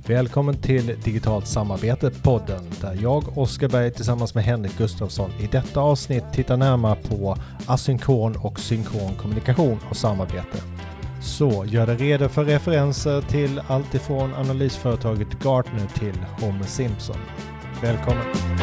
Välkommen till Digitalt samarbete-podden där jag, Oskar Berg, tillsammans med Henrik Gustafsson i detta avsnitt tittar närmare på asynkron och synkron kommunikation och samarbete. Så gör dig redo för referenser till allt ifrån analysföretaget Gartner till Homer Simpson. Välkommen!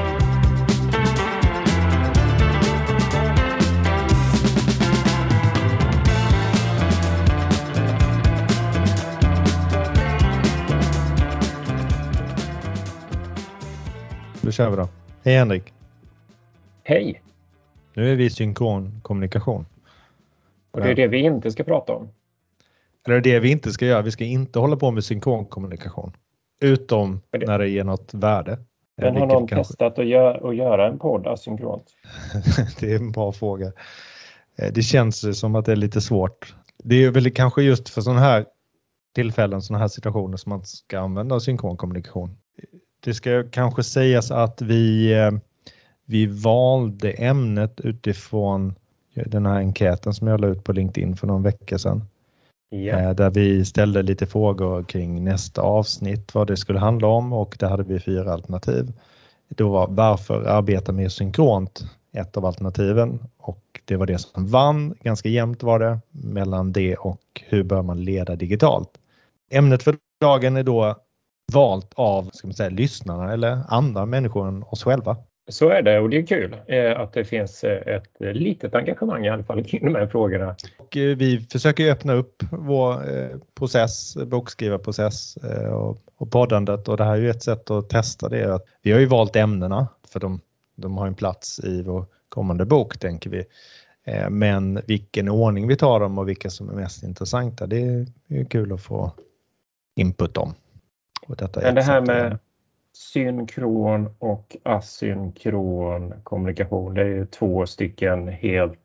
Då kör vi då. Hej Henrik. Hej. Nu är vi i synkron kommunikation. Och det är det vi inte ska prata om. Eller det vi inte ska göra. Vi ska inte hålla på med synkron kommunikation. Utom när det ger något värde. Men har någon testat att göra en podd asynkront? Det är en bra fråga. Det känns som att det är lite svårt. Det är väl kanske just för sådana här tillfällen, sådana här situationer som man ska använda synkron kommunikation. Det ska kanske sägas att vi valde ämnet utifrån den här enkäten som jag la ut på LinkedIn för någon vecka sedan. Ja. Där vi ställde lite frågor kring nästa avsnitt, vad det skulle handla om, och där hade vi 4 alternativ. Då var varför arbeta mer synkront ett av alternativen, och det var det som vann. Ganska jämnt var det mellan det och hur bör man leda digitalt. Ämnet för dagen är då valt av, ska man säga, lyssnarna eller andra människor än oss själva. Så är det, och det är kul att det finns ett litet engagemang i alla fall kring de här frågorna. Och vi försöker öppna upp vår process, bokskrivarprocess och poddandet, och det här är ju ett sätt att testa det. Vi har ju valt ämnena för de har en plats i vår kommande bok, tänker vi. Men vilken ordning vi tar dem och vilka som är mest intressanta, det är ju kul att få input om. Men det här med synkron och asynkron kommunikation, det är ju 2 stycken helt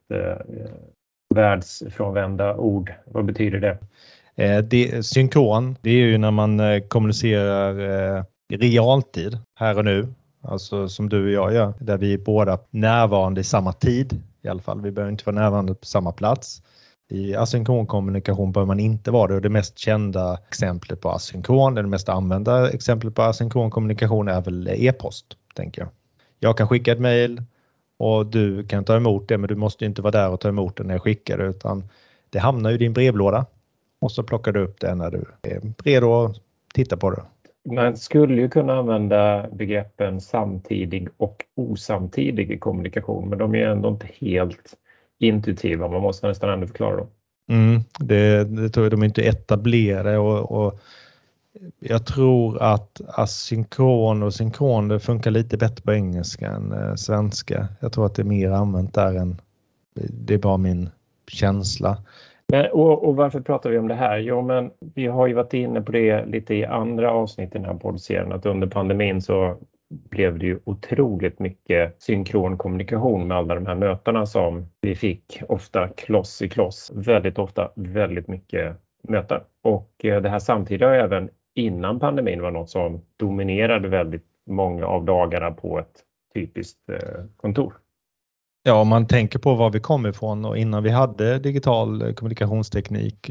världsfrånvända ord. Vad betyder det? Synkron, det är ju när man kommunicerar i realtid, här och nu. Alltså som du och jag gör, där vi är båda närvarande i samma tid i alla fall. Vi behöver inte vara närvarande på samma plats. I asynkron kommunikation bör man inte vara det, och det mest kända exemplet på asynkron, det mest använda exemplet på asynkron kommunikation är väl e-post, tänker jag. Jag kan skicka ett mejl och du kan ta emot det, men du måste inte vara där och ta emot det när jag skickar det, utan det hamnar i din brevlåda och så plockar du upp det när du är redo att titta på det. Man skulle ju kunna använda begreppen samtidig och osamtidig kommunikation, men de är ändå inte helt intuitiva. Man måste nästan ändå förklara dem. Det tror jag de inte etablerade, och jag tror att asynkron och synkron, det funkar lite bättre på engelska än svenska. Jag tror att det är mer använt där än, det är bara min känsla. Men, och varför pratar vi om det här? Jo, men vi har ju varit inne på det lite i andra avsnitt i den här poddserien, att under pandemin så blev det ju otroligt mycket synkron kommunikation med alla de här mötena som vi fick, ofta kloss i kloss, väldigt ofta väldigt mycket möten. Och det här samtidigt även innan pandemin var något som dominerade väldigt många av dagarna på ett typiskt kontor. Ja, om man tänker på var vi kom ifrån, och innan vi hade digital kommunikationsteknik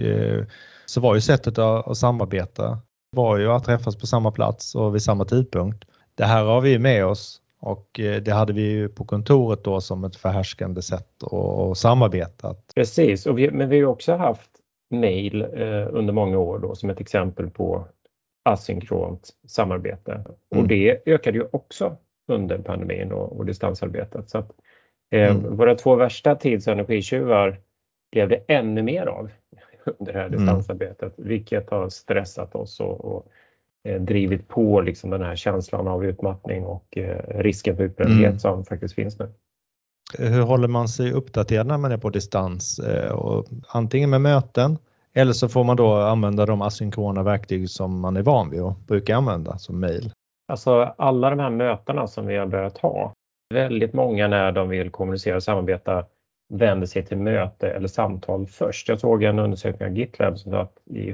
så var ju sättet att samarbeta var ju att träffas på samma plats och vid samma tidpunkt. Det här har vi med oss, och det hade vi ju på kontoret då som ett förhärskande sätt att samarbeta. Precis, men vi har ju också haft mejl under många år då som ett exempel på asynkront samarbete. Och det ökade ju också under pandemin och distansarbetet. Så att våra 2 värsta tids- och energitjuvar blev det ännu mer av under det här distansarbetet, vilket har stressat oss och drivit på liksom den här känslan av utmattning och risken för utbrändhet som faktiskt finns nu. Hur håller man sig uppdaterad när man är på distans? Och antingen med möten, eller så får man då använda de asynkrona verktyg som man är van vid och brukar använda, som mejl. Alltså alla de här mötena som vi har börjat ha, väldigt många när de vill kommunicera och samarbeta vänder sig till möte eller samtal först. Jag såg en undersökning av GitLab som sa att i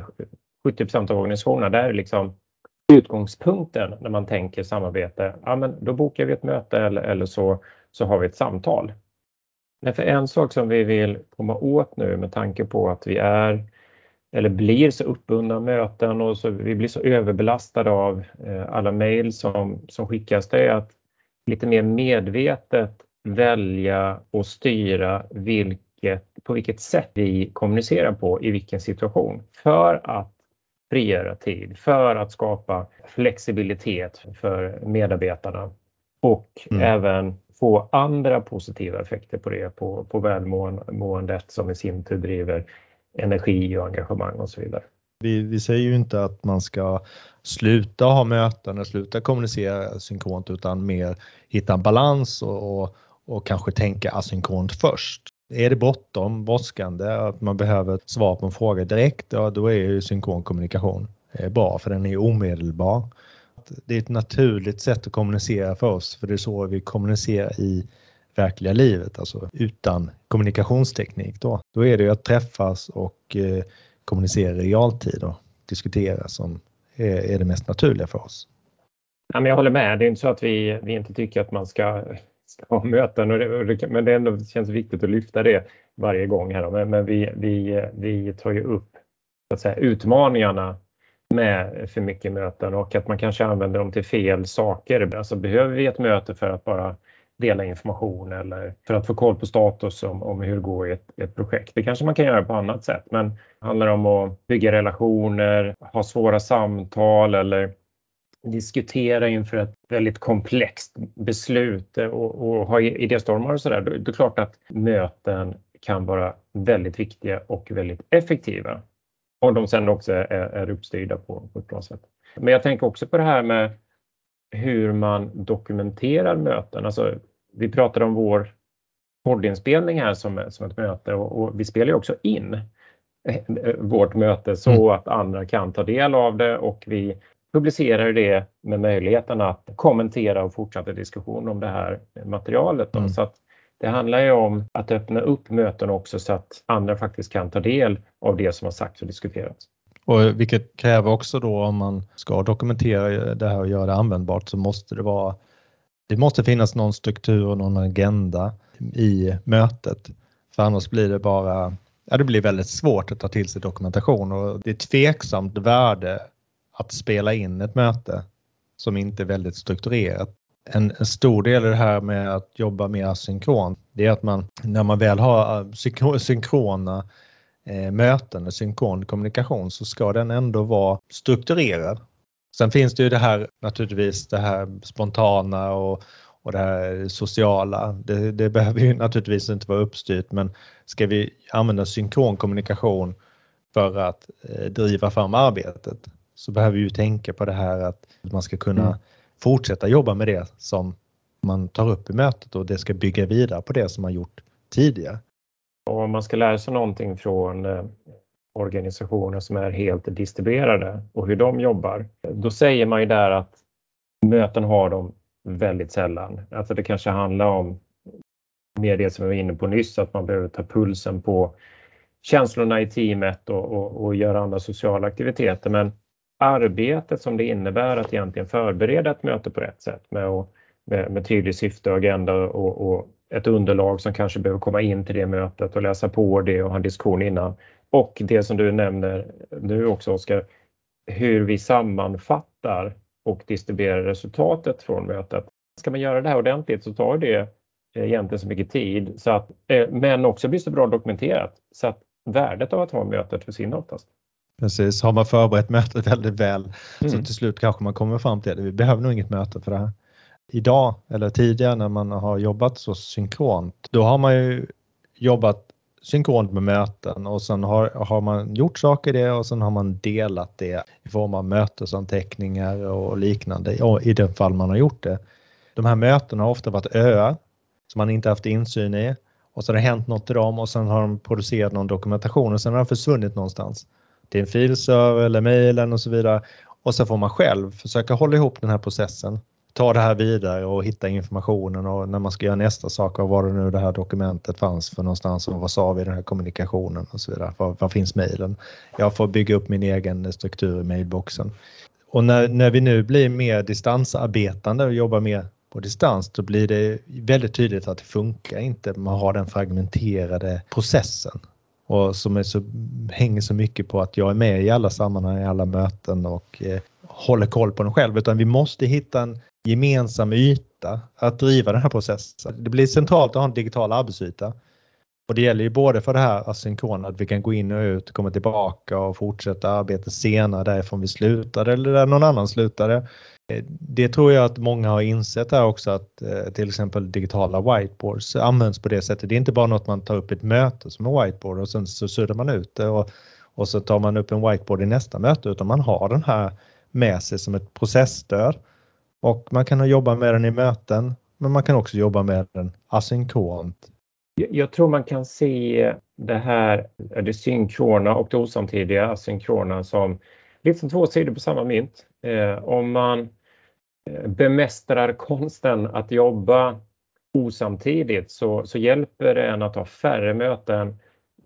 70% av organisationerna, där är liksom utgångspunkten när man tänker samarbete, ja men då bokar vi ett möte eller så har vi ett samtal. Men för en sak som vi vill komma åt nu med tanke på att vi är eller blir så uppbundna möten och så vi blir så överbelastade av alla mejl som skickas, det är att lite mer medvetet välja och styra på vilket sätt vi kommunicerar på i vilken situation, för att frigöra tid, för att skapa flexibilitet för medarbetarna och även få andra positiva effekter på det, på välmåendet som i sin tur driver energi och engagemang och så vidare. Vi säger ju inte att man ska sluta ha möten och sluta kommunicera synkront, utan mer hitta en balans och kanske tänka asynkront först. Är det brådskande att man behöver svar på en fråga direkt, då är ju synkron kommunikation bra, för den är omedelbar. Det är ett naturligt sätt att kommunicera för oss, för det är så vi kommunicerar i verkliga livet, alltså utan kommunikationsteknik. Då är det ju att träffas och kommunicera i realtid och diskutera som är det mest naturliga för oss. Ja, men jag håller med, det är inte så att vi inte tycker att man ska ha möten, men det ändå känns viktigt att lyfta det varje gång här. Men vi tar ju upp så att säga, utmaningarna med för mycket möten och att man kanske använder dem till fel saker. Alltså behöver vi ett möte för att bara dela information eller för att få koll på status om hur det går i ett projekt. Det kanske man kan göra på annat sätt, men det handlar om att bygga relationer, ha svåra samtal eller diskutera inför ett väldigt komplext beslut och ha idéstormar och sådär. Då är det klart att möten kan vara väldigt viktiga och väldigt effektiva. Och de sen också är uppstyrda på ett bra sätt. Men jag tänker också på det här med hur man dokumenterar möten. Alltså, vi pratade om vår poddinspelning här som ett möte och vi spelar ju också in vårt möte så att andra kan ta del av det, och vi publicerar det med möjligheten att kommentera och fortsätta diskussion om det här materialet. Så att det handlar ju om att öppna upp möten också så att andra faktiskt kan ta del av det som har sagts och diskuterats. Och vilket kräver också då, om man ska dokumentera det här och göra det användbart, så måste det måste finnas någon struktur och någon agenda i mötet. För annars blir det blir väldigt svårt att ta till sig dokumentation, och det är ett tveksamt värde att spela in ett möte som inte är väldigt strukturerat. En stor del av det här med att jobba med asynkront, det är att när man väl har synkrona möten och synkron kommunikation, så ska den ändå vara strukturerad. Sen finns det ju det här, naturligtvis det här spontana och det här sociala. Det behöver ju naturligtvis inte vara uppstyrt, men ska vi använda synkron kommunikation för att driva fram arbetet, så behöver vi ju tänka på det här att man ska kunna fortsätta jobba med det som man tar upp i mötet, och det ska bygga vidare på det som man gjort tidigare. Och om man ska lära sig någonting från organisationer som är helt distribuerade och hur de jobbar, då säger man ju där att möten har de väldigt sällan. Alltså det kanske handlar om mer det som vi var inne på nyss, att man behöver ta pulsen på känslorna i teamet och göra andra sociala aktiviteter. Men arbetet som det innebär att egentligen förbereda ett möte på rätt sätt med tydlig syfte och agenda och ett underlag som kanske behöver komma in till det mötet och läsa på det och ha en diskussion innan. Och det som du nämner nu också, Oskar, hur vi sammanfattar och distribuerar resultatet från mötet. Ska man göra det här ordentligt så tar det egentligen så mycket tid, så att, men också blir så bra dokumenterat så att värdet av att ha mötet försvinner oftast. Precis, har man förberett mötet väldigt väl så till slut kanske man kommer fram till det. Vi behöver nog inget möte för det här. Idag eller tidigare när man har jobbat så synkront, då har man ju jobbat synkront med möten, och sen har man gjort saker i det, och sen har man delat det i form av mötesanteckningar och liknande i det fall man har gjort det. De här mötena har ofta varit öar som man inte haft insyn i, och så har det hänt något i dem, och sen har de producerat någon dokumentation och sen har de försvunnit någonstans. Det är en filserver eller mejlen och så vidare, och så får man själv försöka hålla ihop den här processen, ta det här vidare och hitta informationen, och när man ska göra nästa sak, och var det nu det här dokumentet fanns för någonstans, och vad sa vi i den här kommunikationen och så vidare, var finns mejlen. Jag får bygga upp min egen struktur i mejlboxen. Och när vi nu blir mer distansarbetande och jobbar mer på distans, då blir det väldigt tydligt att det funkar inte. Man har den fragmenterade processen. och som hänger så mycket på att jag är med i alla sammanhang, i alla möten och håller koll på den själv. Utan vi måste hitta en gemensam yta att driva den här processen. Det blir centralt att ha en digital arbetsyta. Och det gäller ju både för det här asynkrona, att vi kan gå in och ut, komma tillbaka och fortsätta arbeta senare därifrån vi slutade eller där någon annan slutade. Det tror jag att många har insett här också, att till exempel digitala whiteboards används på det sättet. Det är inte bara något man tar upp i ett möte som en whiteboard och sen så suddar man ut det och så tar man upp en whiteboard i nästa möte, utan man har den här med sig som ett processstöd. Och man kan jobba med den i möten, men man kan också jobba med den asynkront. Jag tror man kan se det synkrona och det osamtidiga asynkrona som lite som två sidor på samma mynt. Om man bemästrar konsten att jobba osamtidigt så hjälper det en att ha färre möten,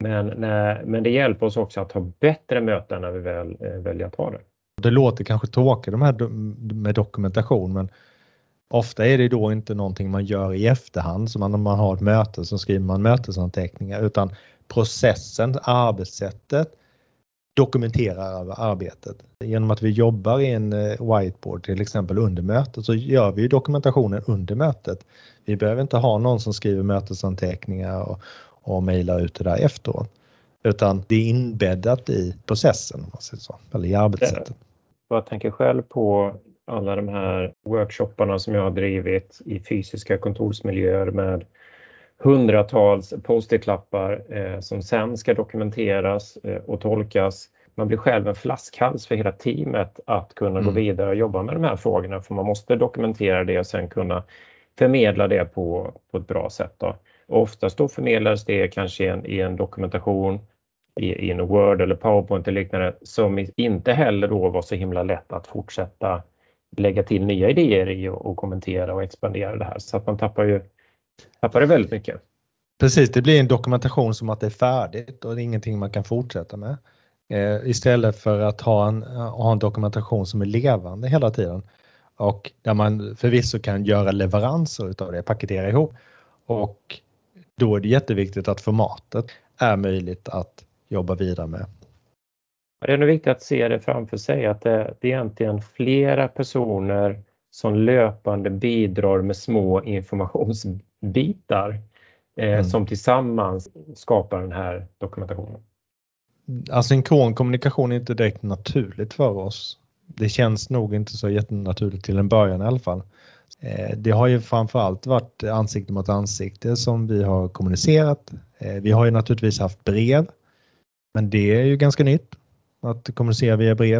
men det hjälper oss också att ha bättre möten när vi väl väljer att ha det. Det låter kanske tråkigt de här med dokumentation, men ofta är det då inte någonting man gör i efterhand, som om man har ett möte så skriver man mötesanteckningar, utan processen, arbetssättet dokumenterar arbetet. Genom att vi jobbar i en whiteboard till exempel under mötet, så gör vi dokumentationen under mötet. Vi behöver inte ha någon som skriver mötesanteckningar och mejlar ut det där efteråt, utan det är inbäddat i processen, om man säger så, eller i arbetssättet. Jag tänker själv på alla de här workshopparna som jag har drivit i fysiska kontorsmiljöer med hundratals post-it-lappar som sen ska dokumenteras och tolkas. Man blir själv en flaskhals för hela teamet att kunna gå vidare och jobba med de här frågorna, för man måste dokumentera det och sen kunna förmedla det på ett bra sätt då. Och oftast då förmedlas det kanske i en dokumentation i en Word eller PowerPoint eller liknande, som inte heller då var så himla lätt att fortsätta lägga till nya idéer i och kommentera och expandera det här. Så att man tappar det väldigt mycket. Precis, det blir en dokumentation som att det är färdigt och det är ingenting man kan fortsätta med. Istället för att ha en dokumentation som är levande hela tiden. Och där man förvisso kan göra leveranser utav det, paketera ihop. Och då är det jätteviktigt att formatet är möjligt att jobba vidare med. Det är nog viktigt att se det framför sig, att det är egentligen flera personer som löpande bidrar med små informationsbitar som tillsammans skapar den här dokumentationen. Asynkron kommunikation är inte direkt naturligt för oss. Det känns nog inte så jättenaturligt till en början i alla fall. Det har ju framförallt varit ansikte mot ansikte som vi har kommunicerat. Vi har ju naturligtvis haft brev, men det är ju ganska nytt att kommunicera via brev.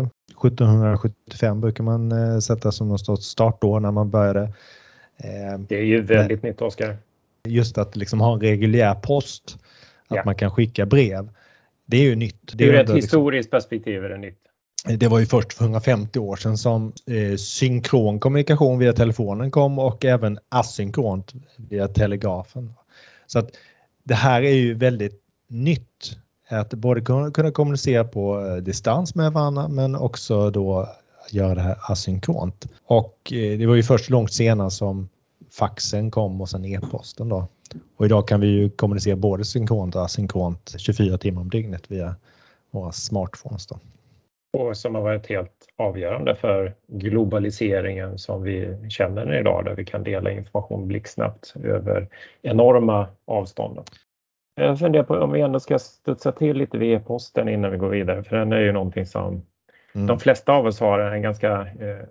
1775 brukar man sätta som något startår när man började. Det är ju väldigt nytt, Oskar. Just att liksom ha en reguljär post, att man kan skicka brev. Det är ju nytt. Det är ett historiskt perspektiv är det nytt. Det var ju först för 150 år sedan som synkron kommunikation via telefonen kom, och även asynkront via telegrafen. Så att det här är ju väldigt nytt. Att både kunna kommunicera på distans med varandra, men också då göra det här asynkront. Och det var ju först långt senare som faxen kom och sen e-posten då. Och idag kan vi ju kommunicera både synkront och asynkront 24 timmar om dygnet via våra smartphones då. Och som har varit helt avgörande för globaliseringen som vi känner den idag, där vi kan dela information blixtsnabbt över enorma avstånd. Jag funderar på om vi ändå ska studsa till lite vid e-posten innan vi går vidare, för den är ju någonting som de flesta av oss har en ganska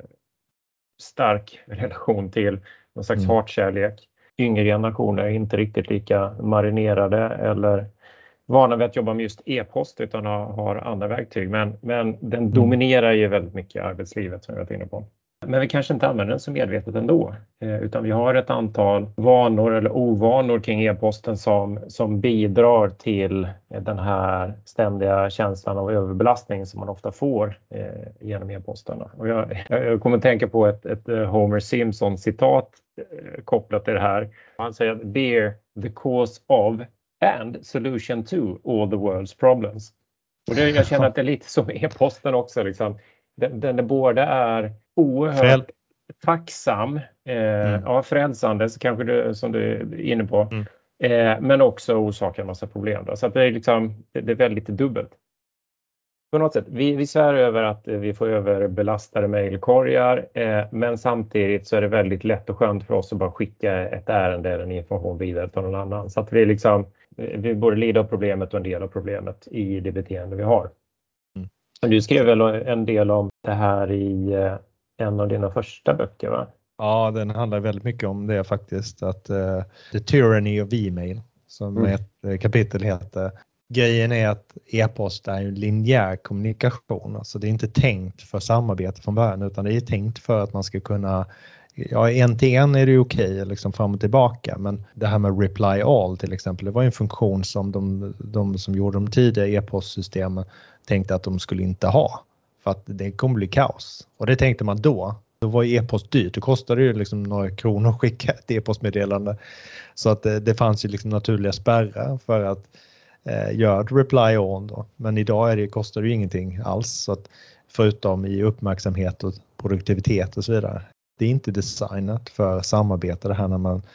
stark relation till, någon slags hatkärlek. Yngre generationer är inte riktigt lika marinerade eller vana vid att jobba med just e-post, utan har andra verktyg. Men den dominerar ju väldigt mycket i arbetslivet, som jag varit inne på. Men vi kanske inte använder den så medvetet ändå, utan vi har ett antal vanor eller ovanor kring e-posten som bidrar till den här ständiga känslan av överbelastning som man ofta får genom e-posterna. Och jag kommer att tänka på ett Homer Simpson-citat kopplat till det här. Han säger att "Bear the cause of and solution to all the world's problems". Och jag känner att det är lite som e-posten också. Liksom. Den både är oerhört tacksam, frälsande, så kanske som du är inne på. Men också orsakar en massa problem. Då. Så att det är väldigt dubbelt. På något sätt, vi svär över att vi får överbelastade mejlkorgar, men samtidigt så är det väldigt lätt och skönt för oss att bara skicka ett ärende eller en information vidare till någon annan. Så att vi både lider av problemet och en del av problemet i det beteende vi har. Mm. Du skrev väl en del om det här i en av dina första böcker, va? Ja, den handlar väldigt mycket om det faktiskt. Att The Tyranny of E-mail, som ett kapitel heter. Grejen är att e-post är en linjär kommunikation. Alltså det är inte tänkt för samarbete från början, utan det är tänkt för att man ska kunna, en till en är det okej, liksom fram och tillbaka. Men det här med reply all till exempel, det var en funktion som de som gjorde de tidiga e-postsystemen tänkte att de skulle inte ha. För att det kommer bli kaos. Och det tänkte man då. Då var e-post dyrt. Det kostade ju liksom några kronor att skicka ett e-postmeddelande. Så att det fanns ju liksom naturliga spärrar för att göra ett reply all då. Men idag kostar det ju ingenting alls. Så att förutom i uppmärksamhet och produktivitet och så vidare. Det är inte designat för samarbete, det här när man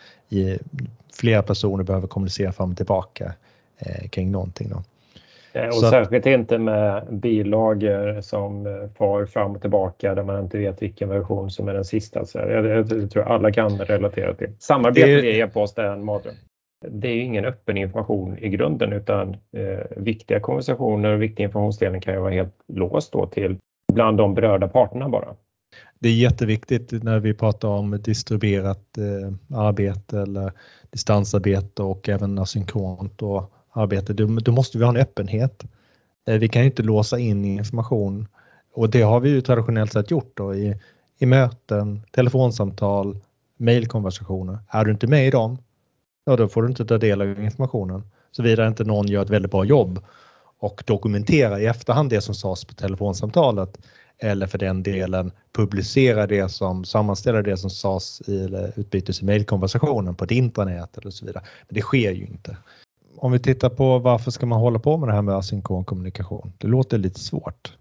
flera personer behöver kommunicera fram och tillbaka kring någonting då. Och särskilt inte med bilagor som far fram och tillbaka där man inte vet vilken version som är den sista. Så jag tror alla kan relatera till. Samarbetet i e-post är en mardröm. Det är ju ingen öppen information i grunden, utan viktiga konversationer och viktig informationsdelning kan ju vara helt låst då till bland de berörda parterna bara. Det är jätteviktigt när vi pratar om distribuerat arbete eller distansarbete och även asynkront och arbete. Då måste vi ha en öppenhet. Vi kan ju inte låsa in information, och det har vi ju traditionellt sett gjort då i möten, telefonsamtal, mejlkonversationer. Är du inte med i dem, då får du inte ta del av informationen. Såvida inte någon gör ett väldigt bra jobb och dokumenterar i efterhand det som sades på telefonsamtalet, eller för den delen publicera det som sammanställer det som sades eller utbytes i mejlkonversationen på ett intranät eller så vidare. Men det sker ju inte. Om vi tittar på varför ska man hålla på med det här med asynkron kommunikation? Det låter lite svårt.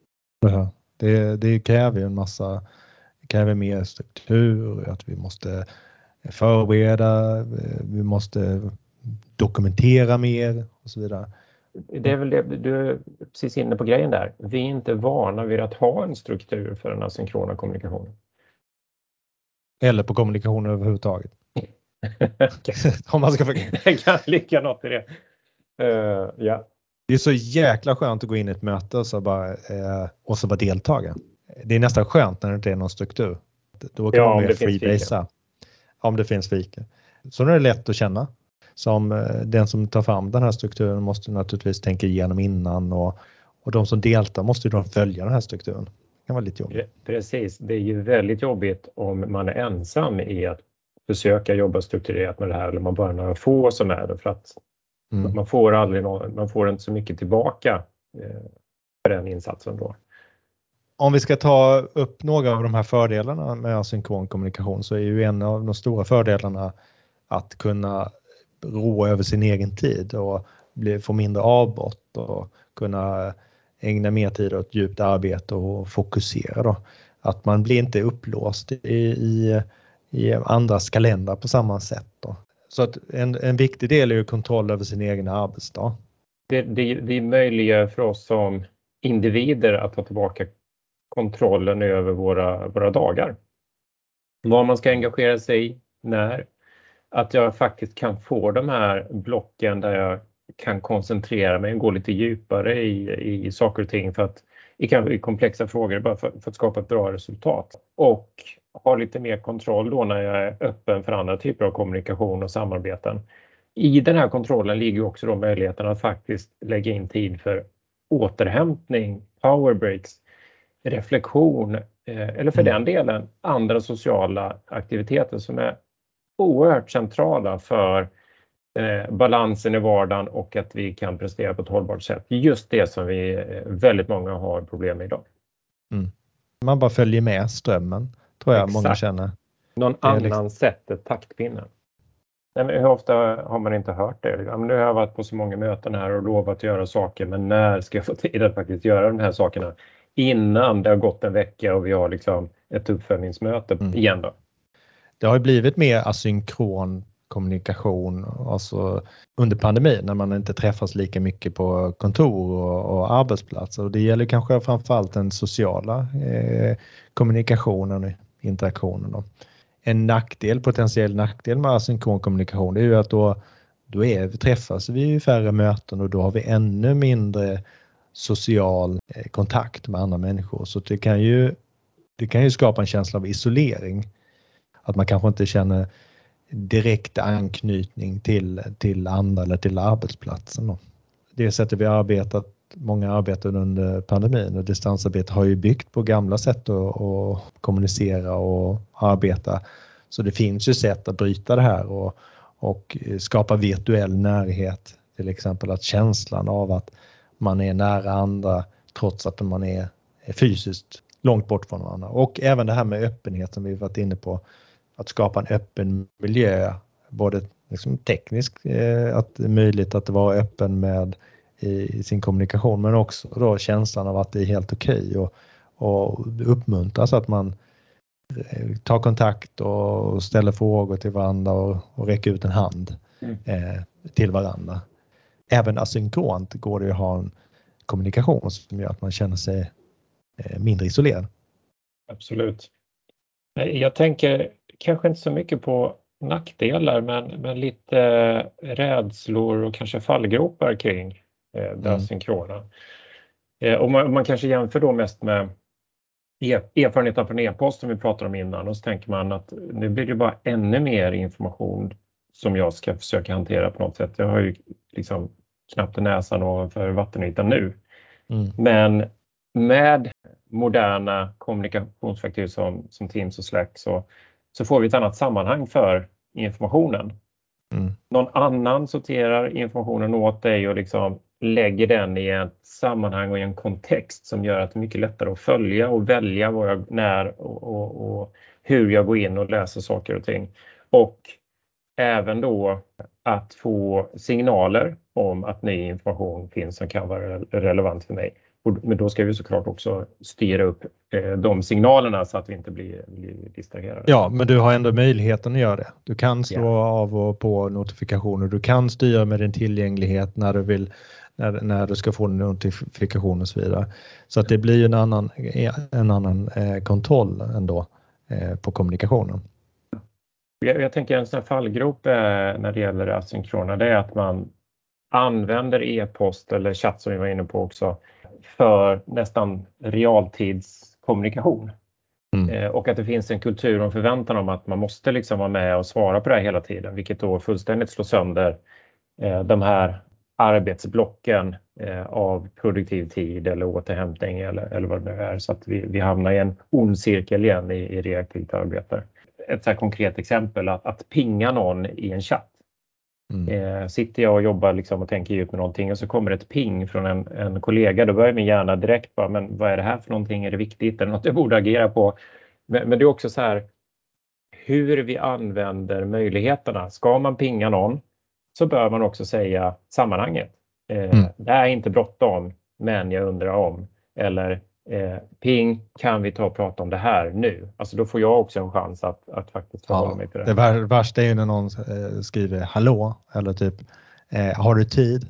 Det kräver ju det kräver mer struktur, att vi måste förbereda, vi måste dokumentera mer och så vidare. Det är väl det, du är precis inne på grejen där. Vi är inte vana vid att ha en struktur för den asynkrona kommunikationen. Eller på kommunikation överhuvudtaget. Om man ska det kan ligga något i det. Ja. Det är så jäkla skönt att gå in i ett möte och så bara deltaga. Det är nästan skönt när det inte är någon struktur. Då kan man mer freebasea. Om det finns fika. Så är det lätt att känna. Som den som tar fram den här strukturen måste naturligtvis tänka igenom innan, och de som deltar måste ju då följa den här strukturen. Det kan vara lite jobbigt. Precis, det är ju väldigt jobbigt om man är ensam i att försöka jobba strukturerat med det här, eller man bara några få som är det, för att man får inte så mycket tillbaka för den insatsen då. Om vi ska ta upp några av de här fördelarna med asynkron kommunikation, så är ju en av de stora fördelarna att kunna rå över sin egen tid och få mindre avbrott och kunna ägna mer tid åt djupt arbete och fokusera då. Att man blir inte upplåst i andras kalendrar på samma sätt då. Så att en viktig del är ju kontroll över sin egen arbetsdag. Det möjliggör för oss som individer att ta tillbaka kontrollen över våra dagar. Vad man ska engagera sig i, när. Att jag faktiskt kan få de här blocken där jag kan koncentrera mig och gå lite djupare i saker och ting i komplexa frågor, bara för att skapa ett bra resultat. Och ha lite mer kontroll då när jag är öppen för andra typer av kommunikation och samarbeten. I den här kontrollen ligger också då möjligheten att faktiskt lägga in tid för återhämtning, power breaks, reflektion eller för den delen andra sociala aktiviteter som är oerhört centrala för balansen i vardagen och att vi kan prestera på ett hållbart sätt. Just det som väldigt många har problem med idag. Man bara följer med strömmen, tror jag. Exakt. Många känner. Någon annan sätter taktpinnen. Nej, men hur ofta har man inte hört det? Ja, men nu har jag varit på så många möten här och lovat att göra saker, men när ska jag få tid att faktiskt göra de här sakerna innan det har gått en vecka och vi har liksom ett uppföljningsmöte igen då? Det har ju blivit mer asynkron kommunikation, alltså under pandemin när man inte träffas lika mycket på kontor och arbetsplatser. Och det gäller kanske framförallt den sociala kommunikationen och interaktionen. Då. En potentiell nackdel med asynkron kommunikation är ju att träffas vi i färre möten och då har vi ännu mindre social kontakt med andra människor. Så det kan ju skapa en känsla av isolering. Att man kanske inte känner direkt anknytning till andra eller till arbetsplatsen. Då. Det sättet vi har arbetat, många arbetade under pandemin och distansarbete har ju byggt på gamla sätt att kommunicera och arbeta. Så det finns ju sätt att bryta det här och skapa virtuell närhet. Till exempel att känslan av att man är nära andra trots att man är fysiskt långt bort från varandra. Och även det här med öppenhet som vi varit inne på. Att skapa en öppen miljö, både liksom tekniskt, att det är möjligt att vara öppen med i sin kommunikation, men också då känslan av att det är helt okej och uppmuntras att man tar kontakt och ställer frågor till varandra och räcker ut en hand till varandra. Även asynkront går det att ha en kommunikation som gör att man känner sig mindre isolerad. Absolut. Jag tänker kanske inte så mycket på nackdelar men lite rädslor och kanske fallgropar kring det asynkrona. Och man kanske jämför då mest med erfarenheten från e-post som vi pratade om innan och så tänker man att nu blir det bara ännu mer information som jag ska försöka hantera på något sätt. Jag har ju liksom knappt näsan ovanför vattenytan nu. Men med moderna kommunikationsverktyg som Teams och Slack så får vi ett annat sammanhang för informationen. Någon annan sorterar informationen åt dig och liksom lägger den i ett sammanhang och i en kontext som gör att det är mycket lättare att följa och välja när och hur jag går in och läser saker och ting. Och även då att få signaler om att ny information finns som kan vara relevant för mig. Men då ska vi såklart också styra upp de signalerna så att vi inte blir distraherade. Ja, men du har ändå möjligheten att göra det. Du kan slå av och på notifikationer. Du kan styra med din tillgänglighet när du vill, när du ska få en notifikation och så vidare. Så att det blir en annan kontroll ändå på kommunikationen. Jag tänker en sån här fallgrop när det gäller asynkrona, det är att man använder e-post eller chatt som vi var inne på också för nästan realtidskommunikation. Och att det finns en kultur och en förväntan om att man måste liksom vara med och svara på det här hela tiden, vilket då fullständigt slår sönder de här arbetsblocken av produktiv tid eller återhämtning eller vad det nu är, så att vi hamnar i en ond cirkel igen i reaktivt arbete. Ett så här konkret exempel, att pinga någon i en chatt. Sitter jag och jobbar liksom och tänker ut med någonting och så kommer ett ping från en kollega, då börjar min hjärna direkt bara, men vad är det här för någonting, är det viktigt, är det något jag borde agera på? Men det är också så här hur vi använder möjligheterna. Ska man pinga någon så bör man också säga sammanhanget. Det är inte bråttom, men jag undrar om. Eller ping, kan vi ta och prata om det här nu? Alltså då får jag också en chans att faktiskt förhålla mig till det. Det värsta är ju när någon skriver hallå eller typ har du tid?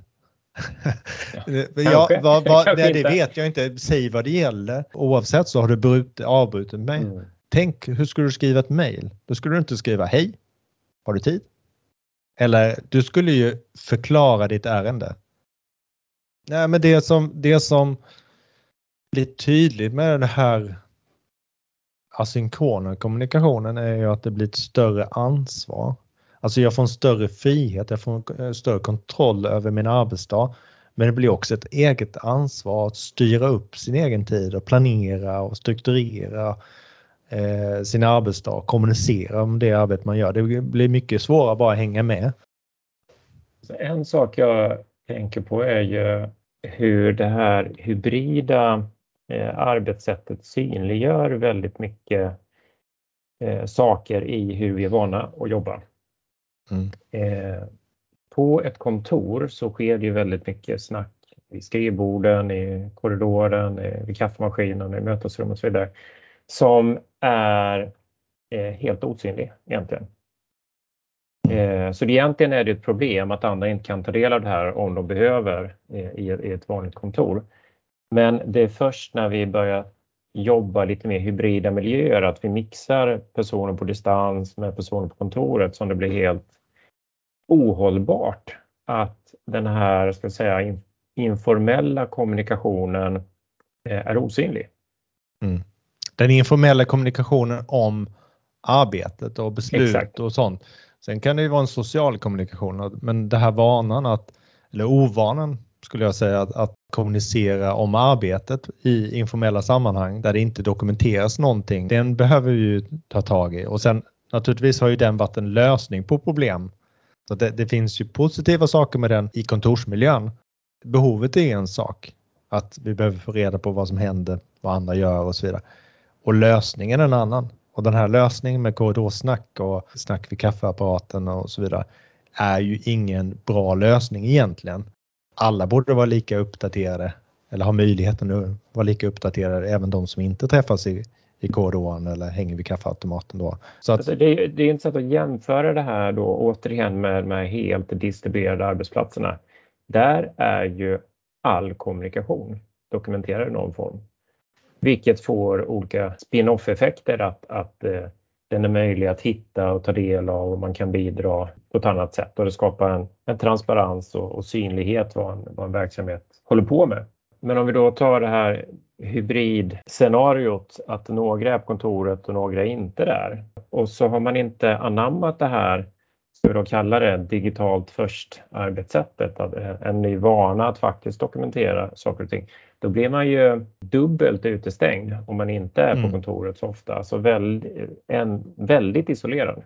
Det vet jag inte. Säg vad det gäller. Oavsett så har du avbrutit mig. Tänk, hur skulle du skriva ett mejl? Då skulle du inte skriva hej, har du tid? Eller du skulle ju förklara ditt ärende. Nej, men det som blir tydligt med den här asynkrona kommunikationen är ju att det blir ett större ansvar. Alltså jag får en större frihet, jag får en större kontroll över min arbetsdag. Men det blir också ett eget ansvar att styra upp sin egen tid och planera och strukturera sin arbetsdag, kommunicera om det arbete man gör. Det blir mycket svårare att bara hänga med. Så en sak jag tänker på är ju hur det här hybrida arbetssättet synliggör väldigt mycket saker i hur vi är vana att jobba. På ett kontor så sker det ju väldigt mycket snack i skrivborden, i korridoren, vid kaffemaskinen, i mötesrum och så vidare, som är helt osynlig egentligen. Så egentligen är det ett problem att andra inte kan ta del av det här om de behöver i ett vanligt kontor. Men det är först när vi börjar jobba lite mer hybrida miljöer, att vi mixar personer på distans med personer på kontoret, som det blir helt ohållbart att den här, ska jag säga, informella kommunikationen är osynlig. Den informella kommunikationen om arbetet och beslut. Exakt. Och sånt. Sen kan det ju vara en social kommunikation, men det här ovanan skulle jag säga att kommunicera om arbetet i informella sammanhang där det inte dokumenteras någonting, den behöver vi ju ta tag i. Och sen naturligtvis har ju den varit en lösning på problem. Så det finns ju positiva saker med den i kontorsmiljön. Behovet är en sak, att vi behöver få reda på vad som händer, vad andra gör och så vidare. Och lösningen är en annan. Och den här lösningen med korridorsnack och snack vid kaffeapparaten och så vidare är ju ingen bra lösning egentligen. Alla borde vara lika uppdaterade, eller ha möjligheten att vara lika uppdaterade, även de som inte träffas i korridoren eller hänger vid kaffeautomaten då. Så att, alltså det är intressant att jämföra det här då återigen med helt distribuerade arbetsplatserna. Där är ju all kommunikation dokumenterad i någon form. Vilket får olika spin-off-effekter att den är möjlig att hitta och ta del av, och man kan bidra på ett annat sätt. Och det skapar en transparens och synlighet vad en verksamhet håller på med. Men om vi då tar det här hybridscenariot, att några är på kontoret och några är inte där. Och så har man inte anammat det här, ska vi då kalla det digitalt först arbetssättet, en ny vana att faktiskt dokumentera saker och ting. Då blir man ju dubbelt utestängd om man inte är på kontoret så ofta. Alltså väldigt isolerad.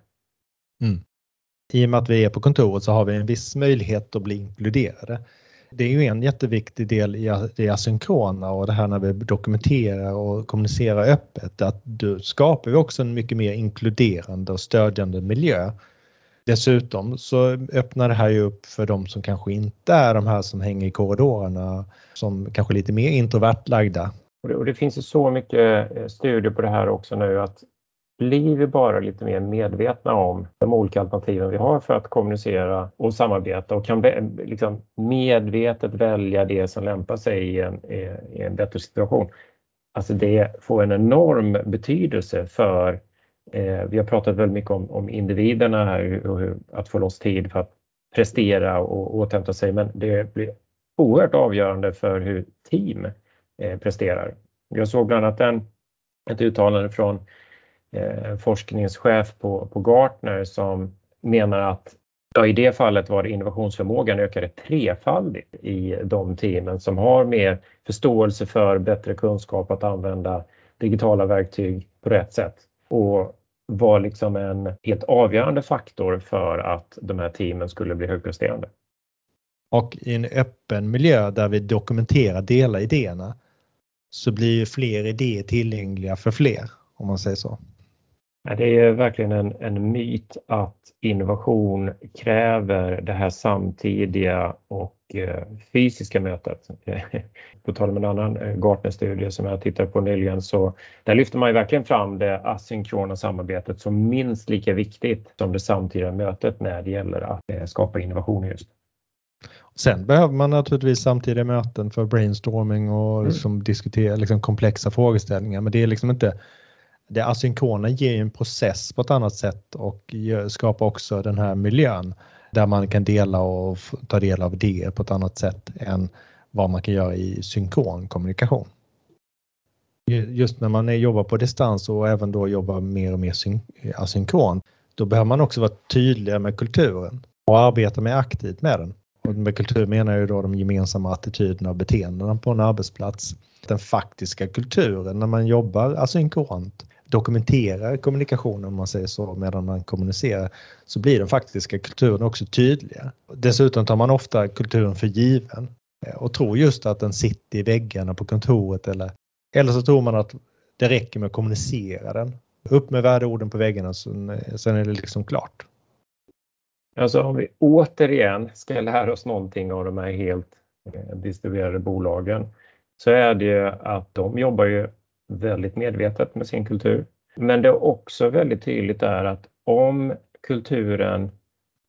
I och med att vi är på kontoret så har vi en viss möjlighet att bli inkluderade. Det är ju en jätteviktig del i det asynkrona och det här när vi dokumenterar och kommunicerar öppet. Att då skapar vi också en mycket mer inkluderande och stödjande miljö. Dessutom så öppnar det här ju upp för de som kanske inte är de här som hänger i korridorerna, som kanske är lite mer introvert lagda. Och det finns ju så mycket studier på det här också nu, att blir vi bara lite mer medvetna om de olika alternativen vi har för att kommunicera och samarbeta, och kan liksom medvetet välja det som lämpar sig i en bättre situation. Alltså det får en enorm betydelse för vi har pratat väldigt mycket om individerna här och att få loss tid för att prestera och återhämta sig, men det blir oerhört avgörande för hur team presterar. Jag såg bland annat ett uttalande från forskningschef på Gartner som menar att i det fallet var det innovationsförmågan ökade trefaldigt i de teamen som har mer förståelse för, bättre kunskap att använda digitala verktyg på rätt sätt, och var liksom en helt avgörande faktor för att de här teamen skulle bli högpresterande. Och i en öppen miljö där vi dokumenterar delar idéerna så blir ju fler idéer tillgängliga för fler, om man säger så. Det är verkligen en myt att innovation kräver det här samtidiga och fysiska mötet. På tal om en annan Gartner-studie som jag tittade på nyligen, så där lyfter man ju verkligen fram det asynkrona samarbetet som minst lika viktigt som det samtida mötet när det gäller att skapa innovation just. Sen behöver man naturligtvis samtidiga möten för brainstorming och som diskutera liksom komplexa frågeställningar, men det är liksom inte. Det asynkrona ger en process på ett annat sätt och skapar också den här miljön där man kan dela och ta del av idéer på ett annat sätt än vad man kan göra i synkron kommunikation. Just när man jobbar på distans och även då jobbar mer och mer asynkron, då behöver man också vara tydlig med kulturen och arbeta mer aktivt med den. Och med kultur menar jag då de gemensamma attityderna och beteendena på en arbetsplats. Den faktiska kulturen när man jobbar asynkront, dokumenterar kommunikationen om man säger så medan man kommunicerar, så blir den faktiska kulturen också tydligare. Dessutom tar man ofta kulturen för given och tror just att den sitter i väggarna på kontoret eller så tror man att det räcker med att kommunicera den. Upp med värdeorden på väggarna, sen är det liksom klart. Alltså om vi återigen ska lära oss någonting av de här helt distribuerade bolagen, så är det ju att de jobbar ju väldigt medvetet med sin kultur. Men det är också väldigt tydligt är att om kulturen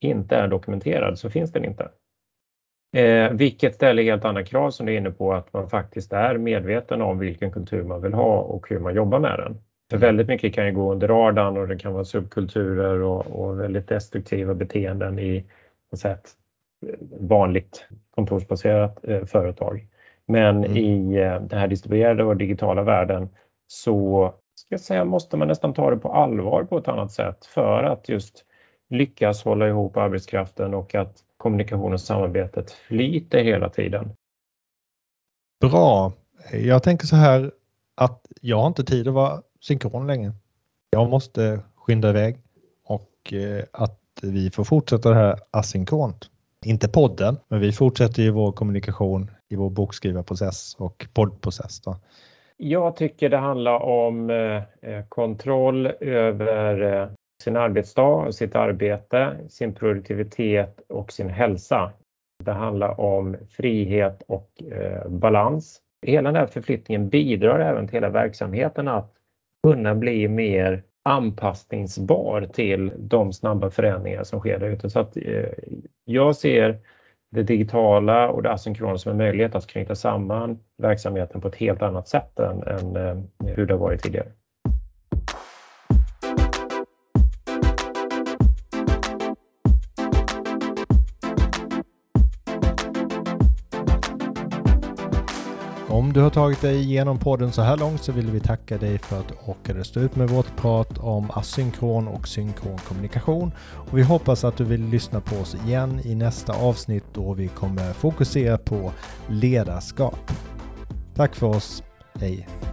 inte är dokumenterad så finns den inte. Vilket ställer helt andra krav som du är inne på, att man faktiskt är medveten om vilken kultur man vill ha och hur man jobbar med den. För väldigt mycket kan ju gå under radarn och det kan vara subkulturer och väldigt destruktiva beteenden i ett vanligt kontorsbaserat företag. Men i den här distribuerade och digitala världen så måste man nästan ta det på allvar på ett annat sätt för att just lyckas hålla ihop arbetskraften och att kommunikationen och samarbetet flyter hela tiden. Bra. Jag tänker så här att jag har inte tid att vara synkron längre. Jag måste skynda iväg och att vi får fortsätta det här asynkront. Inte podden, men vi fortsätter i vår kommunikation i vår bokskrivarprocess och poddprocess då. Jag tycker det handlar om kontroll över sin arbetsdag, sitt arbete, sin produktivitet och sin hälsa. Det handlar om frihet och balans. Hela den här förflyttningen bidrar även till hela verksamheten att kunna bli mer anpassningsbar till de snabba förändringar som sker där ute. Så att jag ser det digitala och det asynkrona som en möjlighet att knyta samman verksamheten på ett helt annat sätt än hur det har varit tidigare. Om du har tagit dig igenom podden så här långt så vill vi tacka dig för att du orkade stå ut med vårt prat om asynkron och synkron kommunikation. Och vi hoppas att du vill lyssna på oss igen i nästa avsnitt då vi kommer fokusera på ledarskap. Tack för oss. Hej!